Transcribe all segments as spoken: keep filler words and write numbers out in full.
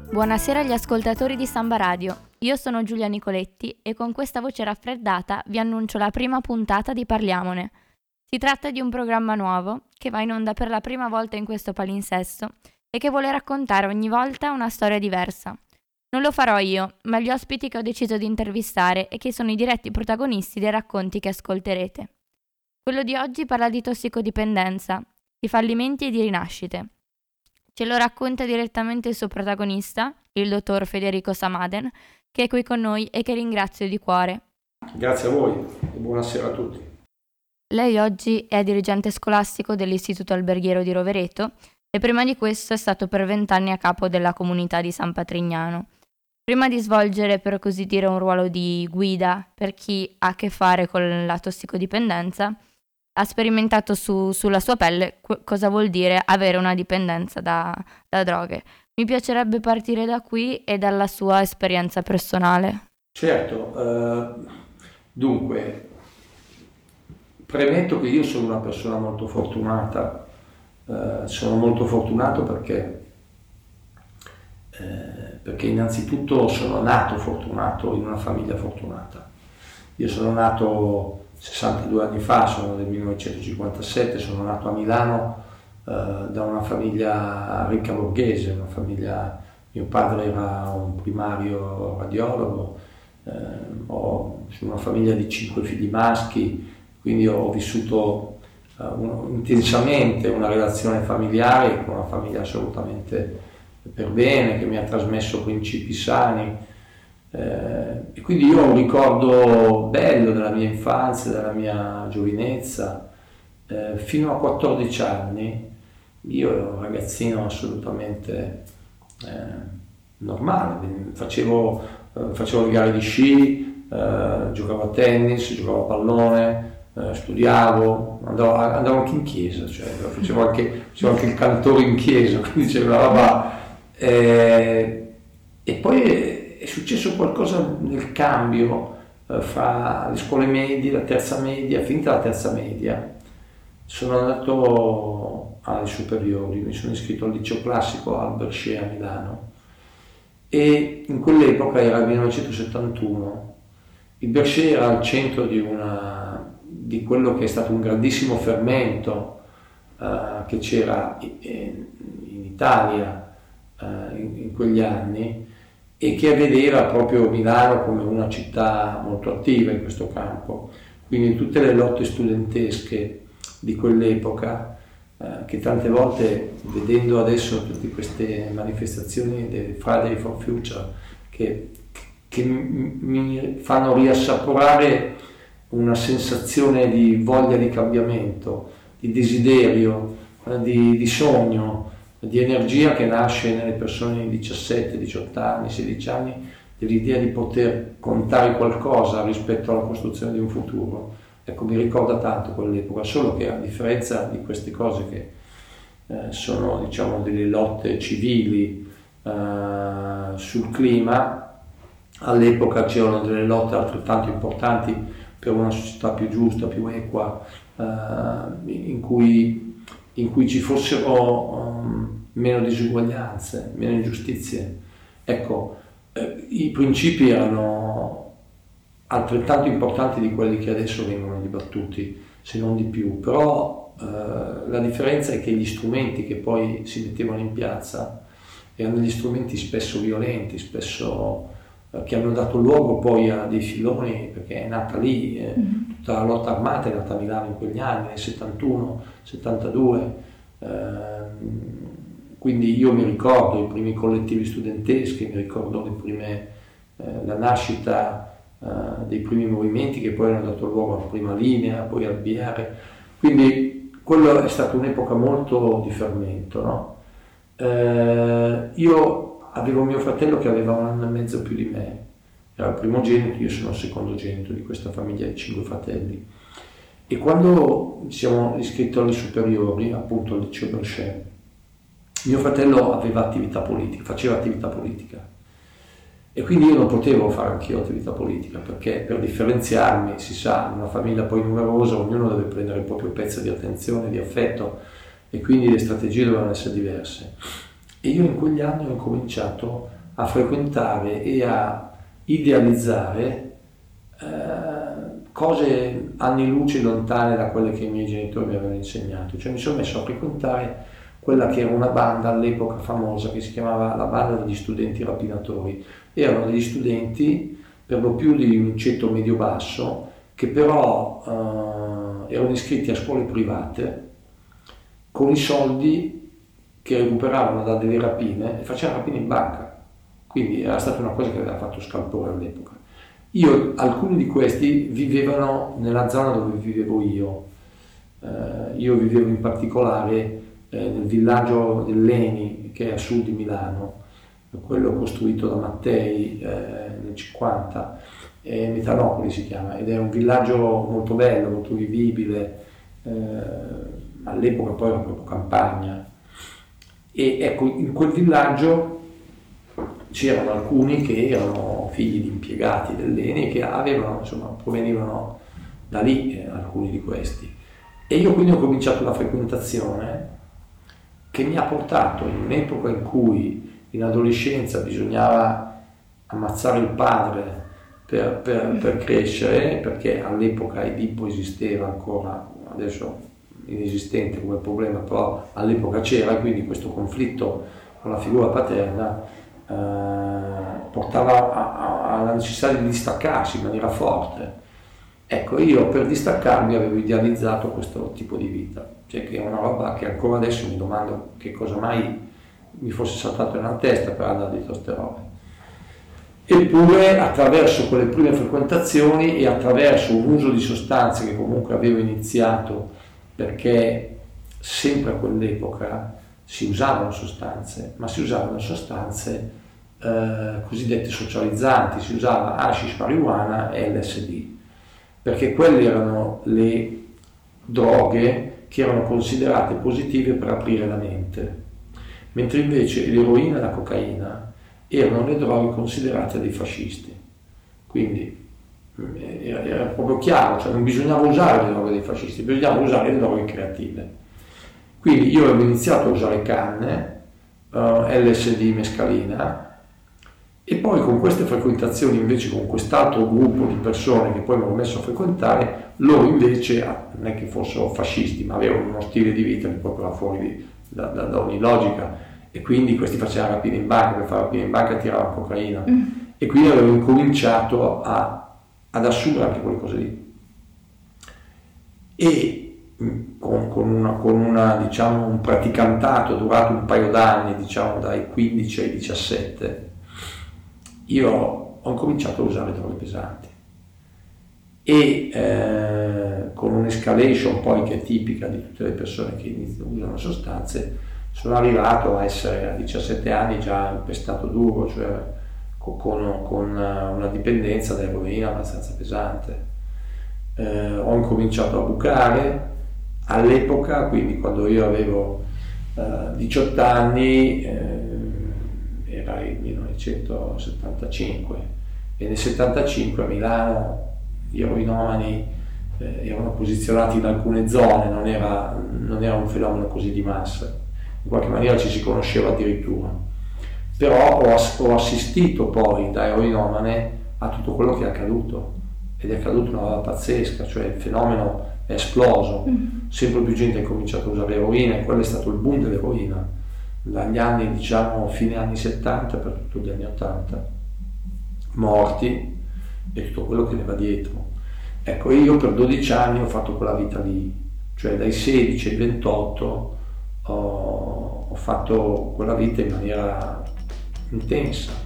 Buonasera agli ascoltatori di Samba Radio, io sono Giulia Nicoletti e con questa voce raffreddata vi annuncio la prima puntata di Parliamone. Si tratta di un programma nuovo che va in onda per la prima volta in questo palinsesto e che vuole raccontare ogni volta una storia diversa. Non lo farò io, ma gli ospiti che ho deciso di intervistare e che sono i diretti protagonisti dei racconti che ascolterete. Quello di oggi parla di tossicodipendenza, di fallimenti e di rinascite. Ce lo racconta direttamente il suo protagonista, il dottor Federico Samaden, che è qui con noi e che ringrazio di cuore. Grazie a voi e buonasera a tutti. Lei oggi è dirigente scolastico dell'Istituto Alberghiero di Rovereto e prima di questo è stato per vent'anni a capo della comunità di San Patrignano. Prima di svolgere, per così dire, un ruolo di guida per chi ha a che fare con la tossicodipendenza, ha sperimentato su, sulla sua pelle qu- cosa vuol dire avere una dipendenza da, da droghe. Mi piacerebbe partire da qui e dalla sua esperienza personale. Certo, eh, dunque, premetto che io sono una persona molto fortunata, eh, sono molto fortunato perché, eh, perché innanzitutto sono nato fortunato in una famiglia fortunata. Io sono nato sessantadue anni fa, sono del millenovecentocinquantasette, sono nato a Milano eh, da una famiglia ricca borghese, una famiglia, mio padre era un primario radiologo, eh, ho una famiglia di cinque figli maschi, quindi ho vissuto eh, un, intensamente una relazione familiare con una famiglia assolutamente per bene, che mi ha trasmesso principi sani. Eh, e quindi io ho un ricordo bello della mia infanzia, della mia giovinezza. Eh, fino a quattordici anni io ero un ragazzino assolutamente eh, normale, facevo, eh, facevo le gare di sci, eh, giocavo a tennis, giocavo a pallone, eh, studiavo, andavo, andavo anche in chiesa, cioè, facevo, anche, facevo anche il cantore in chiesa, quindi c'era una roba. Eh, e poi è successo qualcosa nel cambio eh, fra le scuole medie, la terza media, finita la terza media, sono andato alle superiori, mi sono iscritto al liceo classico Albert Schea a Milano e in quell'epoca era il millenovecentosettantuno. Il Berchet era al centro di, una, di quello che è stato un grandissimo fermento eh, che c'era in, in Italia eh, in, in quegli anni, e che vedeva proprio Milano come una città molto attiva in questo campo. Quindi tutte le lotte studentesche di quell'epoca, eh, che tante volte, vedendo adesso tutte queste manifestazioni dei Friday for Future, che, che mi fanno riassaporare una sensazione di voglia di cambiamento, di desiderio, eh, di, di sogno, di energia che nasce nelle persone di diciassette, diciotto anni, sedici anni, dell'idea di poter contare qualcosa rispetto alla costruzione di un futuro. Ecco, mi ricorda tanto quell'epoca, solo che a differenza di queste cose che eh, sono, diciamo, delle lotte civili eh, sul clima, all'epoca c'erano delle lotte altrettanto importanti per una società più giusta, più equa, eh, in cui in cui ci fossero um, meno disuguaglianze, meno ingiustizie. Ecco, eh, i principi erano altrettanto importanti di quelli che adesso vengono dibattuti, se non di più, però eh, la differenza è che gli strumenti che poi si mettevano in piazza erano degli strumenti spesso violenti, spesso eh, che hanno dato luogo poi a dei filoni, perché è nata lì, eh, mm-hmm. tutta la lotta armata è nata a Milano in quegli anni, nel settantuno, settantadue, eh, quindi io mi ricordo i primi collettivi studenteschi, mi ricordo le prime, eh, la nascita eh, dei primi movimenti che poi hanno dato luogo alla prima linea, poi al B R, quindi quello è stata un'epoca molto di fermento, no? Eh, io avevo mio fratello che aveva un anno e mezzo più di me, era il primogenito, io sono il secondogenito di questa famiglia di cinque fratelli, e quando siamo iscritti alle superiori, appunto al liceo Berchet, mio fratello aveva attività politica, faceva attività politica, e quindi io non potevo fare anch'io attività politica, perché per differenziarmi, si sa, in una famiglia poi numerosa ognuno deve prendere il proprio pezzo di attenzione, di affetto, e quindi le strategie dovevano essere diverse. E io in quegli anni ho incominciato a frequentare e a idealizzare eh, cose anni luce lontane da quelle che i miei genitori mi avevano insegnato. Cioè mi sono messo a frequentare quella che era una banda all'epoca famosa che si chiamava la banda degli studenti rapinatori. Erano degli studenti per lo più di un ceto medio-basso che però eh, erano iscritti a scuole private con i soldi che recuperavano da delle rapine e facevano rapine in banca. Quindi era stata una cosa che aveva fatto scalpore all'epoca. Io, alcuni di questi vivevano nella zona dove vivevo io. Eh, io vivevo in particolare eh, nel villaggio dell'Eni, che è a sud di Milano, quello costruito da Mattei eh, nel cinquanta, eh, Metanopoli si chiama, ed è un villaggio molto bello, molto vivibile, eh, all'epoca poi era proprio campagna. E ecco, in quel villaggio c'erano alcuni che erano figli di impiegati dell'Eni e che avevano, insomma, provenivano da lì, eh, alcuni di questi. E io quindi ho cominciato una frequentazione che mi ha portato in un'epoca in cui in adolescenza bisognava ammazzare il padre per, per, per crescere, perché all'epoca Edipo esisteva ancora, adesso inesistente come problema, però all'epoca c'era, quindi questo conflitto con la figura paterna eh, portava a, a, alla necessità di distaccarsi in maniera forte. Ecco, io per distaccarmi avevo idealizzato questo tipo di vita, cioè che è una roba che ancora adesso mi domando che cosa mai mi fosse saltato nella testa per andare di queste robe. Eppure attraverso quelle prime frequentazioni e attraverso un uso di sostanze che comunque avevo iniziato, perché sempre a quell'epoca si usavano sostanze, ma si usavano sostanze eh, cosiddette socializzanti, si usava hashish, marijuana e L S D, perché quelle erano le droghe che erano considerate positive per aprire la mente, mentre invece l'eroina e la cocaina erano le droghe considerate dei fascisti. Quindi era, era proprio chiaro, cioè non bisognava usare le droghe dei fascisti, bisognava usare le droghe creative. Quindi io avevo iniziato a usare canne, uh, L S D, mescalina, e poi con queste frequentazioni invece con quest'altro gruppo di persone che poi mi ho messo a frequentare, loro invece non è che fossero fascisti, ma avevano uno stile di vita che proprio era fuori di, da, da, da ogni logica, e quindi questi facevano rapine in banca, per fare rapine in banca tiravano cocaina, mm. e quindi avevo incominciato a, ad assumere anche quelle cose lì. E con, con, una, con una, diciamo, un praticantato durato un paio d'anni, diciamo dai quindici ai diciassette, io ho cominciato a usare droghe pesanti e eh, con un'escalation poi che è tipica di tutte le persone che iniziano, usano sostanze, sono arrivato a essere a diciassette anni già impestato duro, cioè con, con una dipendenza da eroina abbastanza pesante. Eh, ho incominciato a bucare all'epoca, quindi quando io avevo eh, diciotto anni, eh, era il millenovecentosettantacinque, e nel settantacinque a Milano gli eroinomani eh, erano posizionati in alcune zone, non era, non era un fenomeno così di massa, in qualche maniera ci si conosceva addirittura, però ho, ass- ho assistito poi da eroinomane a tutto quello che è accaduto, ed è accaduto una roba pazzesca, cioè il fenomeno è esploso, mm. sempre più gente ha cominciato a usare eroina, e quello è stato il boom dell'eroina dagli anni, diciamo, fine anni settanta per tutto gli anni ottanta, morti e tutto quello che ne va dietro. Ecco, io per dodici anni ho fatto quella vita lì, cioè dai sedici ai ventotto ho, ho fatto quella vita in maniera intensa.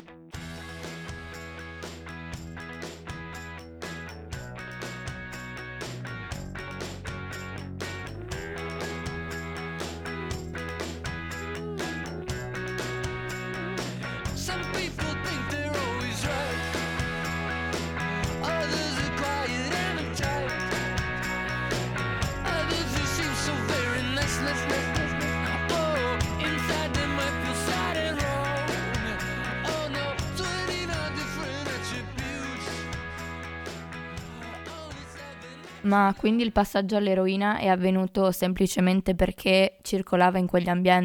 Ma quindi il passaggio all'eroina è avvenuto semplicemente perché circolava in quegli ambienti?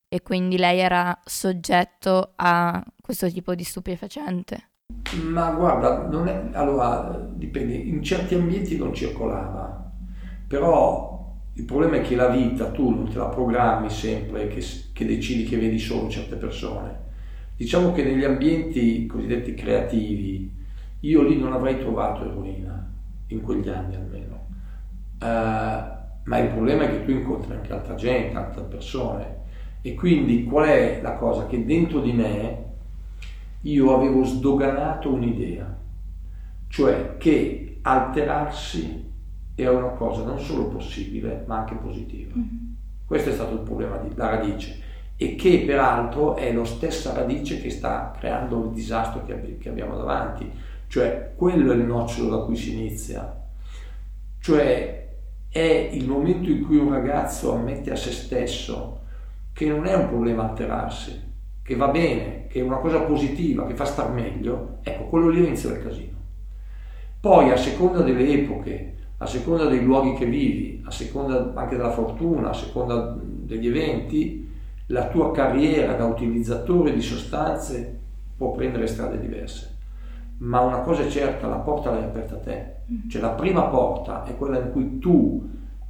e quindi lei era soggetto a questo tipo di stupefacente? Ma guarda, non è, allora dipende, in certi ambienti non circolava, però il problema è che la vita tu non te la programmi sempre, che, che decidi che vedi solo certe persone. Diciamo che negli ambienti cosiddetti creativi, io lì non avrei trovato eroina, in quegli anni almeno. Eh, ma il problema è che tu incontri anche altra gente, altre persone, e quindi qual è la cosa? Che dentro di me io avevo sdoganato un'idea, cioè che alterarsi era una cosa non solo possibile, ma anche positiva. Mm-hmm. Questo è stato il problema, di, la radice, e che peraltro è la stessa radice che sta creando il disastro che, che abbiamo davanti, cioè quello è il nocciolo da cui si inizia, cioè è il momento in cui un ragazzo ammette a se stesso che non è un problema alterarsi, che va bene, che è una cosa positiva, che fa star meglio, ecco, quello lì inizia il casino. Poi a seconda delle epoche, a seconda dei luoghi che vivi, a seconda anche della fortuna, a seconda degli eventi, la tua carriera da utilizzatore di sostanze può prendere strade diverse. Ma una cosa è certa, la porta l'hai aperta a te. Cioè la prima porta è quella in cui tu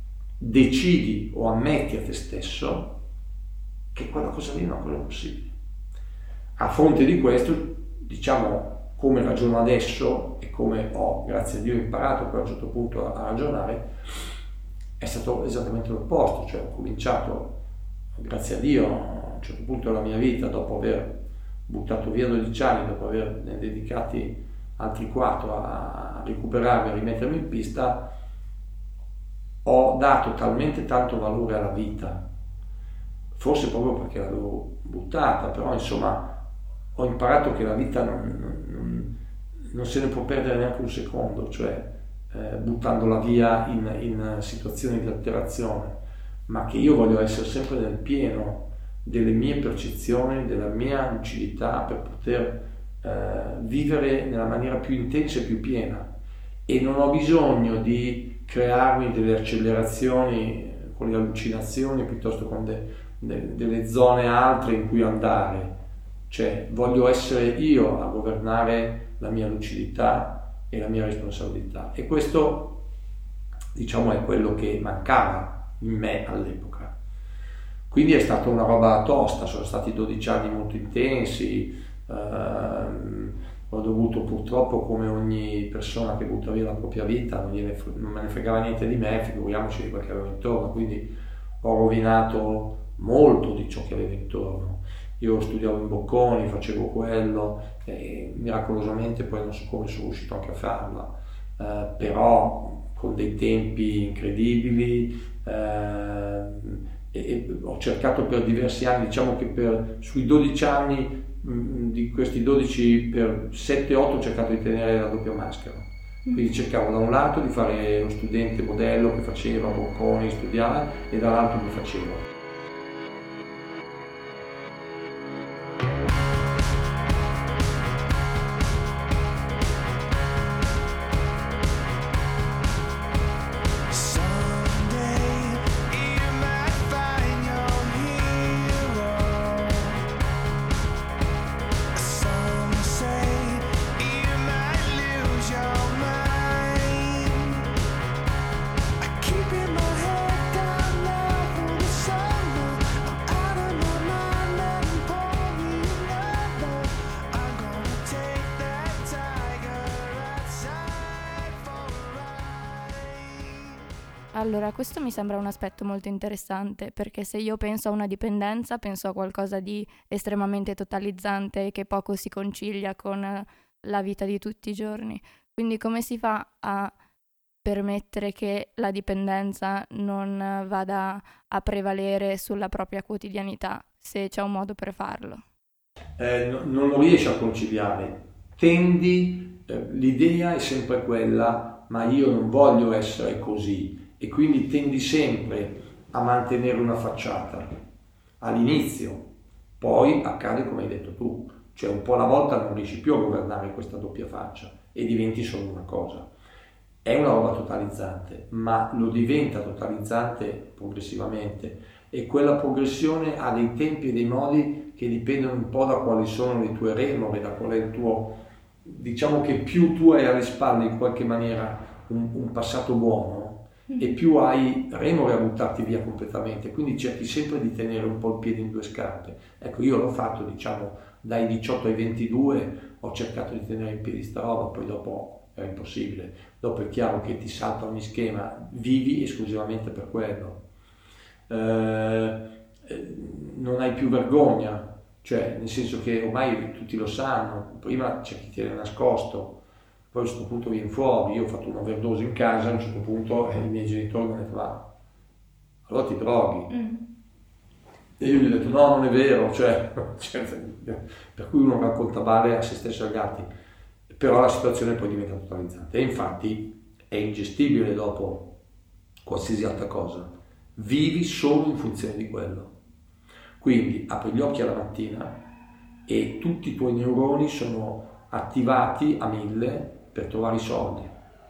decidi o ammetti a te stesso che quella cosa lì è una cosa possibile. A fronte di questo, diciamo, come ragiono adesso e come ho, grazie a Dio, imparato poi a un certo punto a ragionare, è stato esattamente l'opposto. Cioè ho cominciato, grazie a Dio, a un certo punto della mia vita, dopo aver buttato via dodici anni, dopo averne dedicati altri quattro a recuperarmi, a rimettermi in pista, ho dato talmente tanto valore alla vita, forse proprio perché l'avevo buttata, però insomma ho imparato che la vita non, non, non se ne può perdere neanche un secondo, cioè eh, buttandola via in, in situazioni di alterazione, ma che io voglio essere sempre nel pieno delle mie percezioni, della mia lucidità per poter eh, vivere nella maniera più intensa e più piena, e non ho bisogno di crearmi delle accelerazioni con le allucinazioni piuttosto con de, de, delle zone altre in cui andare. Cioè voglio essere io a governare la mia lucidità e la mia responsabilità, e questo, diciamo, è quello che mancava in me all'epoca. Quindi è stata una roba tosta, sono stati dodici anni molto intensi, ehm, ho dovuto purtroppo, come ogni persona che butta via la propria vita, non, gliene, non me ne fregava niente di me, figuriamoci di quel che avevo intorno, quindi ho rovinato molto di ciò che avevo intorno. Io studiavo in Bocconi, facevo quello, e miracolosamente poi non so come sono riuscito anche a farla, eh, però con dei tempi incredibili, eh, e, e ho cercato per diversi anni, diciamo che per sui dodici anni, mh, di questi dodici, per sette otto ho cercato di tenere la doppia maschera. Quindi cercavo da un lato di fare lo studente modello che faceva Bocconi, studiava, e dall'altro mi facevo. Allora, questo mi sembra un aspetto molto interessante, perché se io penso a una dipendenza, penso a qualcosa di estremamente totalizzante che poco si concilia con la vita di tutti i giorni. Quindi come si fa a permettere che la dipendenza non vada a prevalere sulla propria quotidianità, se c'è un modo per farlo? Eh, no, non lo riesci a conciliare, tendi, eh, l'idea è sempre quella, ma io non voglio essere così, e quindi tendi sempre a mantenere una facciata all'inizio, poi accade come hai detto tu, cioè un po' alla volta non riesci più a governare questa doppia faccia e diventi solo una cosa. È una roba totalizzante, ma lo diventa totalizzante progressivamente, e quella progressione ha dei tempi e dei modi che dipendono un po' da quali sono le tue remore, da qual è il tuo, diciamo che più tu hai alle spalle in qualche maniera un, un passato buono e più hai remore a buttarti via completamente, quindi cerchi sempre di tenere un po' il piede in due scarpe. Ecco, io l'ho fatto, diciamo, dai diciotto ai ventidue, ho cercato di tenere in piedi sta roba, poi dopo era impossibile, dopo è chiaro che ti salta ogni schema, vivi esclusivamente per quello. Eh, non hai più vergogna, cioè nel senso che ormai tutti lo sanno, prima c'è chi ti era nascosto, poi a un certo punto viene fuori. Io ho fatto un'overdose in casa, a un certo punto eh, i miei genitori mi hanno detto va, allora ti droghi. Mm. E io gli ho detto no, non è vero, cioè, cioè, per cui uno racconta male a se stesso e agli altri, però la situazione poi diventa totalizzante e infatti è ingestibile dopo qualsiasi altra cosa, vivi solo in funzione di quello. Quindi apri gli occhi alla mattina e tutti i tuoi neuroni sono attivati a mille per trovare i soldi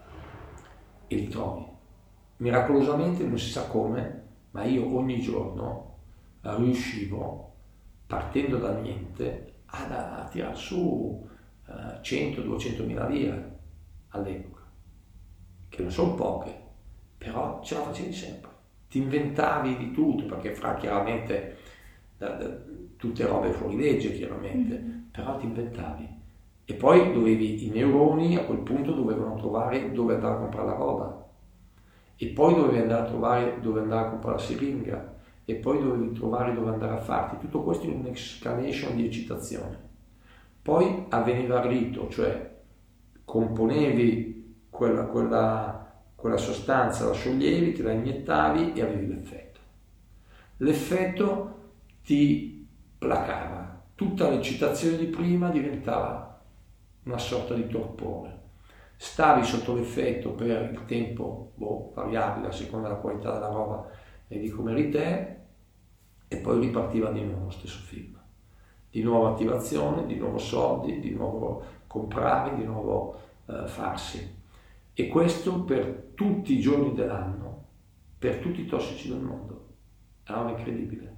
e li trovi. Miracolosamente, non si sa come, ma io ogni giorno riuscivo, partendo da niente, ad, a tirare su uh, cento duecento mila lire all'epoca, che non sono poche, però ce la facevi sempre. Ti inventavi di tutto, perché fra chiaramente da, da, tutte robe fuori legge, chiaramente, mm-hmm. però ti inventavi. E poi dovevi, i neuroni a quel punto dovevano trovare dove andare a comprare la roba, e poi dovevi andare a trovare dove andare a comprare la siringa, e poi dovevi trovare dove andare a farti. Tutto questo in un'escalation di eccitazione. Poi avveniva il rito, cioè componevi quella, quella, quella sostanza, la scioglievi, te la iniettavi e avevi l'effetto. L'effetto ti placava, tutta l'eccitazione di prima diventava una sorta di torpore. Stavi sotto l'effetto per il tempo boh, variabile a seconda della qualità della roba e di come eri te, e poi ripartiva di nuovo lo stesso film. Di nuovo attivazione, di nuovo soldi, di nuovo comprare, di nuovo eh, farsi. E questo per tutti i giorni dell'anno, per tutti i tossici del mondo. È una roba incredibile.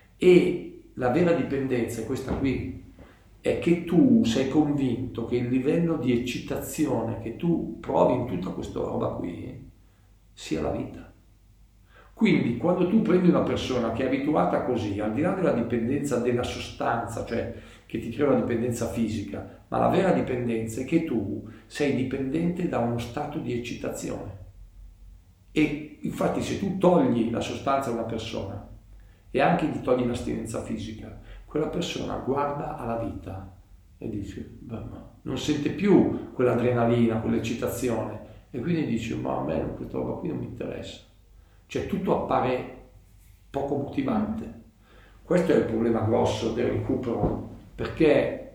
E la vera dipendenza è questa qui, è che tu sei convinto che il livello di eccitazione che tu provi in tutta questa roba qui sia la vita. Quindi quando tu prendi una persona che è abituata così, al di là della dipendenza della sostanza, cioè che ti crea una dipendenza fisica, ma la vera dipendenza è che tu sei dipendente da uno stato di eccitazione. E infatti se tu togli la sostanza a una persona e anche gli togli l'astinenza fisica, quella persona guarda alla vita e dice, beh, ma non sente più quell'adrenalina, quell'eccitazione, e quindi dice, ma a me questa roba qui non mi interessa. Cioè tutto appare poco motivante. Questo è il problema grosso del recupero, perché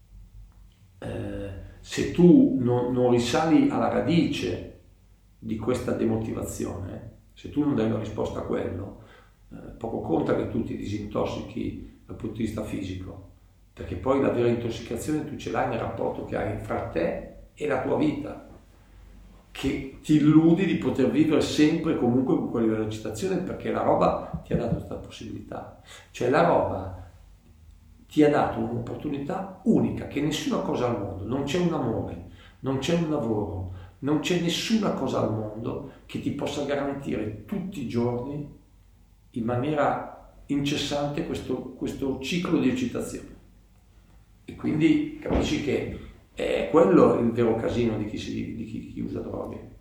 eh, se tu non, non risali alla radice di questa demotivazione, se tu non dai una risposta a quello, eh, poco conta che tu ti disintossichi dal punto di vista fisico, perché poi la vera intossicazione tu ce l'hai nel rapporto che hai fra te e la tua vita, che ti illudi di poter vivere sempre comunque con quel livello di eccitazione, perché la roba ti ha dato questa possibilità. Cioè la roba ti ha dato un'opportunità unica, che nessuna cosa al mondo, non c'è un amore, non c'è un lavoro, non c'è nessuna cosa al mondo che ti possa garantire tutti i giorni in maniera incessante questo, questo ciclo di eccitazione. E quindi capisci che è quello il vero casino di chi, si, di chi, chi usa droghe.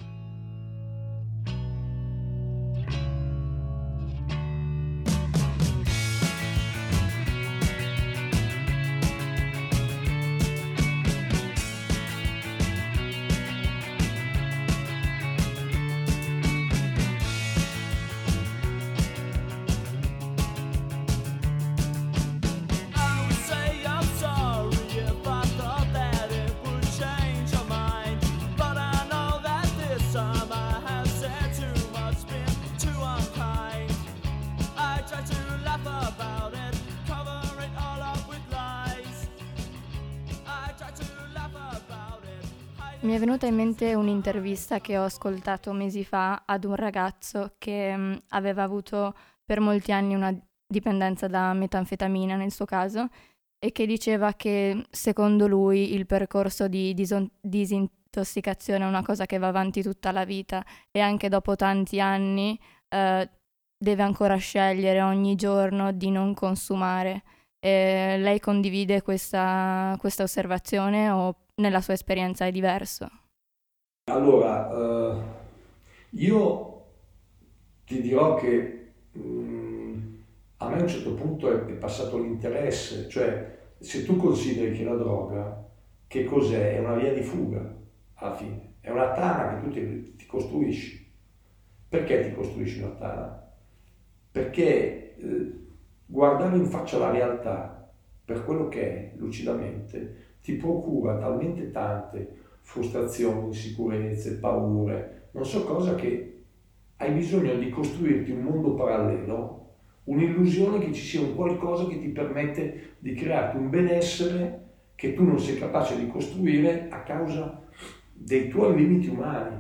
Mi è venuta in mente un'intervista che ho ascoltato mesi fa ad un ragazzo che mh, aveva avuto per molti anni una dipendenza da metanfetamina nel suo caso, e che diceva che secondo lui il percorso di dison- disintossicazione è una cosa che va avanti tutta la vita e anche dopo tanti anni eh, deve ancora scegliere ogni giorno di non consumare. E lei condivide questa, questa osservazione o nella sua esperienza è diverso? Allora, eh, io ti dirò che mh, a me a un certo punto è, è passato l'interesse, cioè se tu consideri che la droga, che cos'è? È una via di fuga, alla fine, è una tana che tu ti, ti costruisci. Perché ti costruisci una tana? Perché eh, guardare in faccia la realtà per quello che è, lucidamente, ti procura talmente tante frustrazioni, insicurezze, paure, non so cosa, che hai bisogno di costruirti un mondo parallelo, un'illusione che ci sia un qualcosa che ti permette di crearti un benessere che tu non sei capace di costruire a causa dei tuoi limiti umani.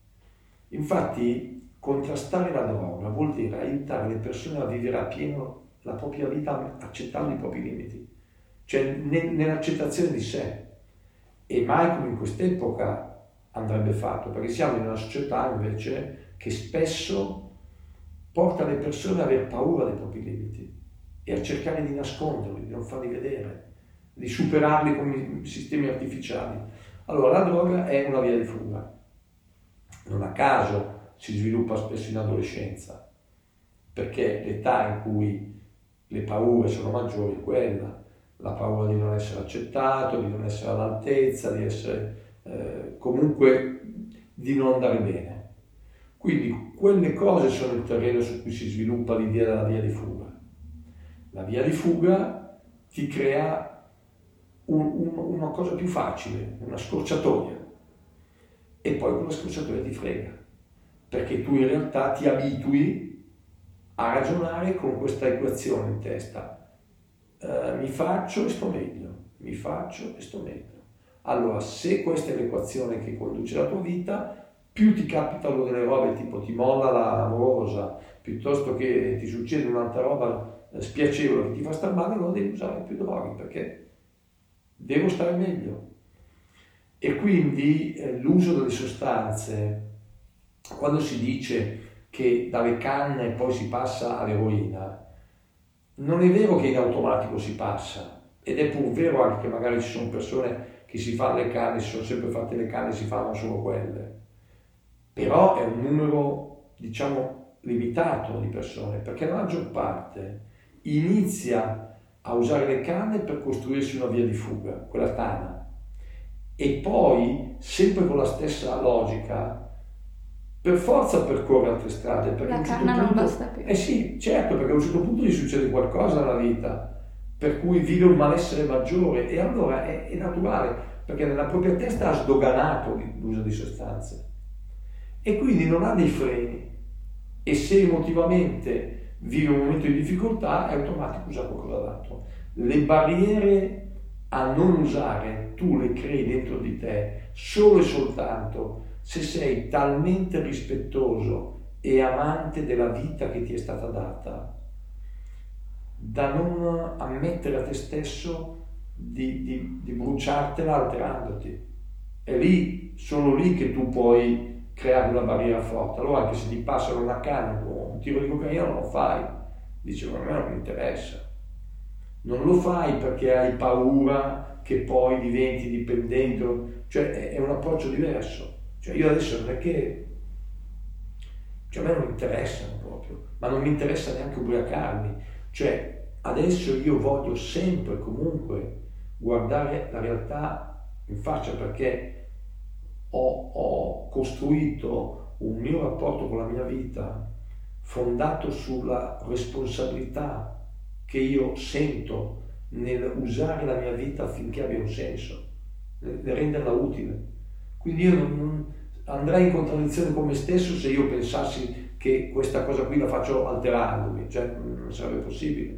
Infatti, contrastare la droga vuol dire aiutare le persone a vivere appieno la propria vita accettando i propri limiti, cioè nell'accettazione di sé. E mai come in quest'epoca andrebbe fatto, perché siamo in una società invece che spesso porta le persone ad aver paura dei propri limiti e a cercare di nasconderli, di non farli vedere, di superarli con sistemi artificiali. Allora la droga è una via di fuga. Non a caso si sviluppa spesso in adolescenza, perché l'età in cui le paure sono maggiori è quella, la paura di non essere accettato, di non essere all'altezza, di essere eh, comunque di non andare bene. Quindi quelle cose sono il terreno su cui si sviluppa l'idea della via di fuga. La via di fuga ti crea un, un, una cosa più facile, una scorciatoia, e poi quella scorciatoia ti frega, perché tu in realtà ti abitui a ragionare con questa equazione in testa. Uh, mi faccio e sto meglio, mi faccio e sto meglio. Allora, se questa è l'equazione che conduce la tua vita, più ti capitano delle robe tipo ti molla l'amorosa, piuttosto che ti succede un'altra roba spiacevole che ti fa star male, non devi usare più droghe, perché devo stare meglio. E quindi eh, l'uso delle sostanze, quando si dice che dalle canne poi si passa all'eroina, non è vero che in automatico si passa, ed è pur vero anche che magari ci sono persone che si fanno le canne, si sono sempre fatte le canne e si fanno solo quelle, però è un numero, diciamo, limitato di persone, perché la maggior parte inizia a usare le canne per costruirsi una via di fuga, quella tana, e poi, sempre con la stessa logica, per forza percorre altre strade, perché la a un certo canna punto, non basta più. Eh sì, certo, perché a un certo punto gli succede qualcosa nella vita, per cui vive un malessere maggiore, e allora è, è naturale, perché nella propria testa ha sdoganato l'uso di sostanze, e quindi non ha dei freni, e se emotivamente vive un momento di difficoltà è automatico usare qualcosa d'altro. Le barriere a non usare tu le crei dentro di te solo e soltanto se sei talmente rispettoso e amante della vita che ti è stata data da non ammettere a te stesso di, di, di bruciartela alterandoti. È lì, solo lì che tu puoi creare una barriera forte. Allora anche se ti passano una canna o un tiro di cocaina non lo fai, dici ma a me non mi interessa. Non lo fai perché hai paura che poi diventi dipendente, cioè è un approccio diverso. Cioè io adesso non è che, cioè a me non mi interessano proprio, ma non mi interessa neanche ubriacarmi, cioè adesso io voglio sempre comunque guardare la realtà in faccia, perché ho, ho costruito un mio rapporto con la mia vita fondato sulla responsabilità che io sento nel usare la mia vita affinché abbia un senso, nel renderla utile. Quindi io non, non andrei in contraddizione con me stesso se io pensassi che questa cosa qui la faccio alterandomi, cioè non sarebbe possibile.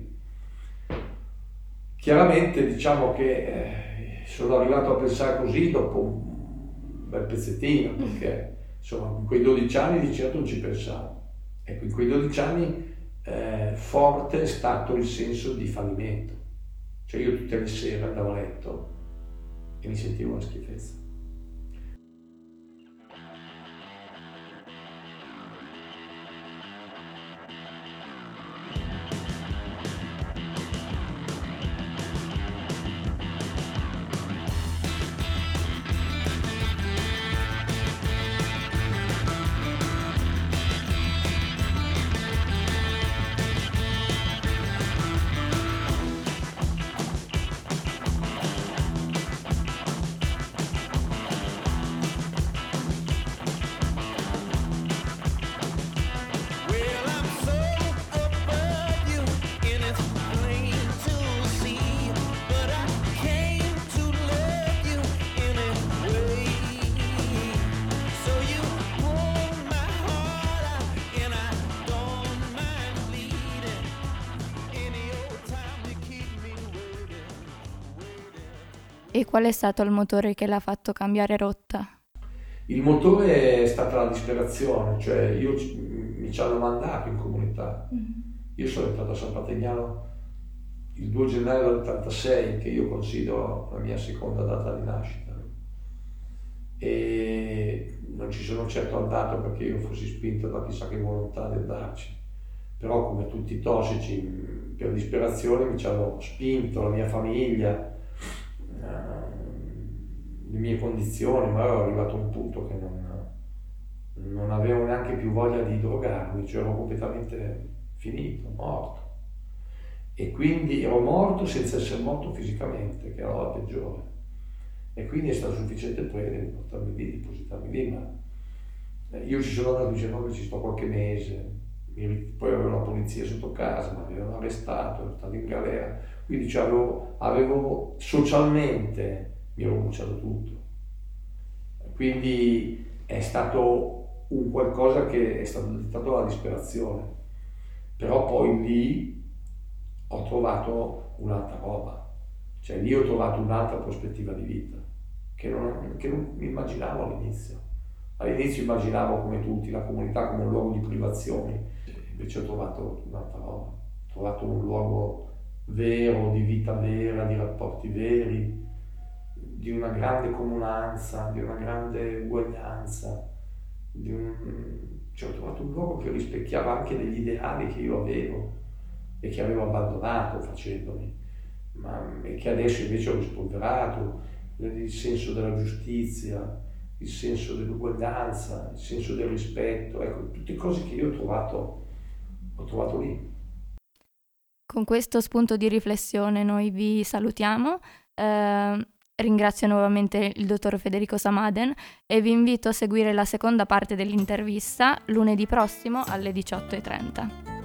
Chiaramente diciamo che eh, sono arrivato a pensare così dopo un bel pezzettino, perché insomma in quei dodici anni di certo non ci pensavo. Ecco, in quei dodici anni eh, forte è stato il senso di fallimento. Cioè io tutte le sere andavo a letto e mi sentivo una schifezza. E qual è stato il motore che l'ha fatto cambiare rotta? Il motore è stata la disperazione, cioè io mi ci hanno mandato in comunità. Io sono entrato a San Patrignano il due gennaio dell'ottantasei, che io considero la mia seconda data di nascita. E non ci sono certo andato perché io fossi spinto da chissà che volontà di andarci. Però come tutti i tossici, per disperazione mi ci hanno spinto, la mia famiglia, le mie condizioni, ma ero arrivato a un punto che non, non avevo neanche più voglia di drogarmi, cioè ero completamente finito, morto. E quindi ero morto senza essere morto fisicamente, che era la peggiore. E quindi è stato sufficiente prendere, di portarmi lì, di depositarmi lì, ma io ci sono andato dicendo che ci sto qualche mese, poi avevo la polizia sotto casa, mi avevano arrestato, ero stato in galera, quindi cioè avevo, avevo socialmente mi ero bruciato tutto. Quindi è stato un qualcosa che è stato dettato dalla disperazione. Però poi lì ho trovato un'altra roba, cioè lì ho trovato un'altra prospettiva di vita che non, che non mi immaginavo all'inizio. All'inizio immaginavo come tutti la comunità come un luogo di privazioni, invece ho trovato un'altra roba, ho trovato un luogo vero, di vita vera, di rapporti veri, di una grande comunanza, di una grande uguaglianza, di un... cioè, ho trovato un luogo che rispecchiava anche degli ideali che io avevo e che avevo abbandonato facendomi, ma e che adesso invece ho rispolverato, il senso della giustizia, il senso dell'uguaglianza, il senso del rispetto, ecco, tutte cose che io ho trovato, ho trovato lì. Con questo spunto di riflessione noi vi salutiamo. Eh, ringrazio nuovamente il dottor Federico Samaden e vi invito a seguire la seconda parte dell'intervista lunedì prossimo alle diciotto e trenta.